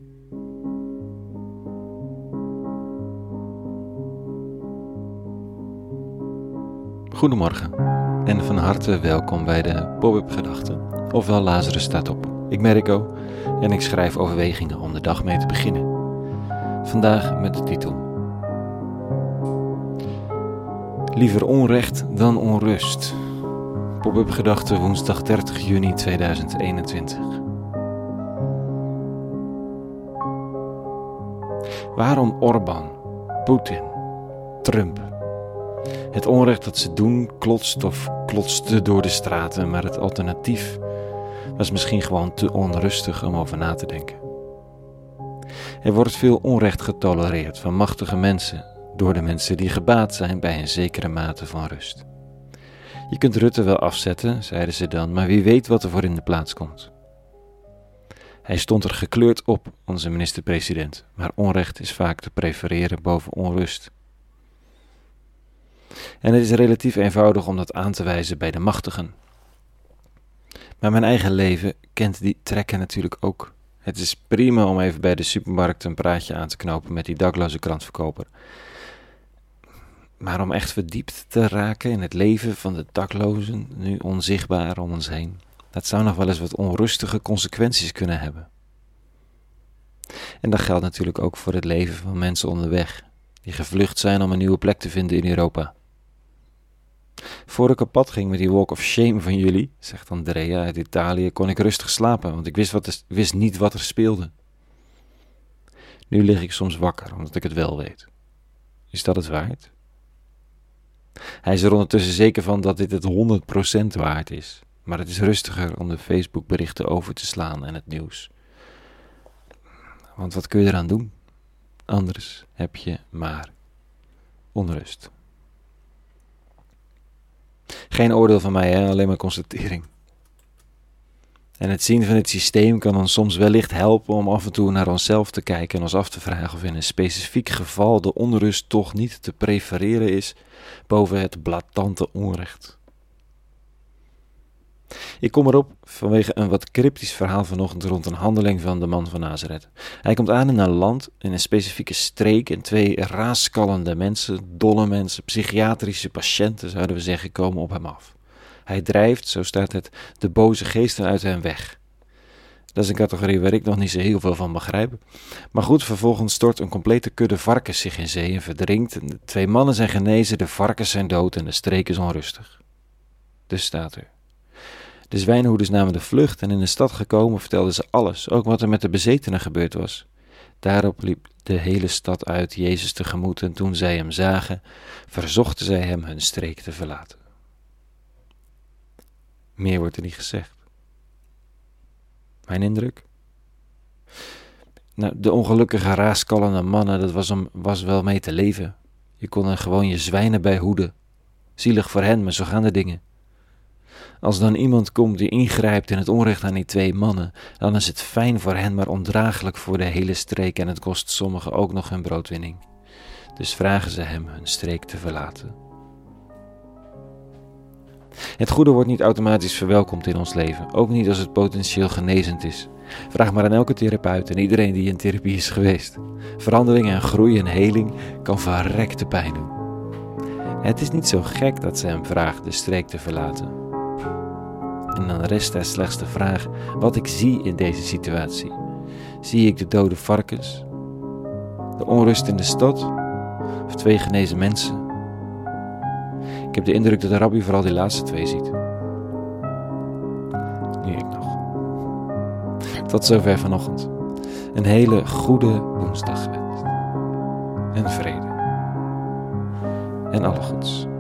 Goedemorgen en van harte welkom bij de Pop-up Gedachten, ofwel Lazarus staat op. Ik ben Rico en ik schrijf overwegingen om de dag mee te beginnen. Vandaag met de titel: Liever onrecht dan onrust. Pop-up Gedachten, woensdag 30 juni 2021. Waarom Orbán, Poetin, Trump? Het onrecht dat ze doen klotst of klotste door de straten, maar het alternatief was misschien gewoon te onrustig om over na te denken. Er wordt veel onrecht getolereerd van machtige mensen door de mensen die gebaat zijn bij een zekere mate van rust. Je kunt Rutte wel afzetten, zeiden ze dan, maar wie weet wat er voor in de plaats komt. Hij stond er gekleurd op, onze minister-president, maar onrecht is vaak te prefereren boven onrust. En het is relatief eenvoudig om dat aan te wijzen bij de machtigen. Maar mijn eigen leven kent die trekken natuurlijk ook. Het is prima om even bij de supermarkt een praatje aan te knopen met die dakloze krantverkoper. Maar om echt verdiept te raken in het leven van de daklozen, nu onzichtbaar om ons heen, dat zou nog wel eens wat onrustige consequenties kunnen hebben. En dat geldt natuurlijk ook voor het leven van mensen onderweg, die gevlucht zijn om een nieuwe plek te vinden in Europa. Voor ik op pad ging met die walk of shame van jullie, zegt Andrea uit Italië, kon ik rustig slapen, want ik wist niet wat er speelde. Nu lig ik soms wakker, omdat ik het wel weet. Is dat het waard? Hij is er ondertussen zeker van dat dit het 100% waard is, maar het is rustiger om de Facebook-berichten over te slaan en het nieuws. Want wat kun je eraan doen? Anders heb je maar onrust. Geen oordeel van mij, alleen maar constatering. En het zien van het systeem kan ons soms wellicht helpen om af en toe naar onszelf te kijken en ons af te vragen of in een specifiek geval de onrust toch niet te prefereren is boven het blatante onrecht. Ik kom erop vanwege een wat cryptisch verhaal vanochtend rond een handeling van de man van Nazareth. Hij komt aan in een land, in een specifieke streek en twee raaskallende mensen, dolle mensen, psychiatrische patiënten zouden we zeggen, komen op hem af. Hij drijft, zo staat het, de boze geesten uit hem weg. Dat is een categorie waar ik nog niet zo heel veel van begrijp. Maar goed, vervolgens stort een complete kudde varkens zich in zee en verdrinkt. En de twee mannen zijn genezen, de varkens zijn dood en de streek is onrustig. Dus staat er: de zwijnenhoeders namen de vlucht en in de stad gekomen vertelden ze alles, ook wat er met de bezetenen gebeurd was. Daarop liep de hele stad uit Jezus tegemoet en toen zij hem zagen, verzochten zij hem hun streek te verlaten. Meer wordt er niet gezegd. Mijn indruk? Nou, de ongelukkige raaskallende mannen, dat was wel mee te leven. Je kon er gewoon je zwijnen bij hoeden. Zielig voor hen, maar zo gaan de dingen. Als dan iemand komt die ingrijpt in het onrecht aan die twee mannen, dan is het fijn voor hen, maar ondraaglijk voor de hele streek en het kost sommigen ook nog hun broodwinning. Dus vragen ze hem hun streek te verlaten. Het goede wordt niet automatisch verwelkomd in ons leven, ook niet als het potentieel genezend is. Vraag maar aan elke therapeut en iedereen die in therapie is geweest. Verandering en groei en heling kan verrekte pijn doen. Het is niet zo gek dat ze hem vraagt de streek te verlaten. En dan rest er slechts de vraag wat ik zie in deze situatie. Zie ik de dode varkens? De onrust in de stad? Of twee genezen mensen? Ik heb de indruk dat de rabbi vooral die laatste twee ziet. Nu ik nog. Tot zover vanochtend. Een hele goede woensdag gewenst. En vrede. En alle goeds.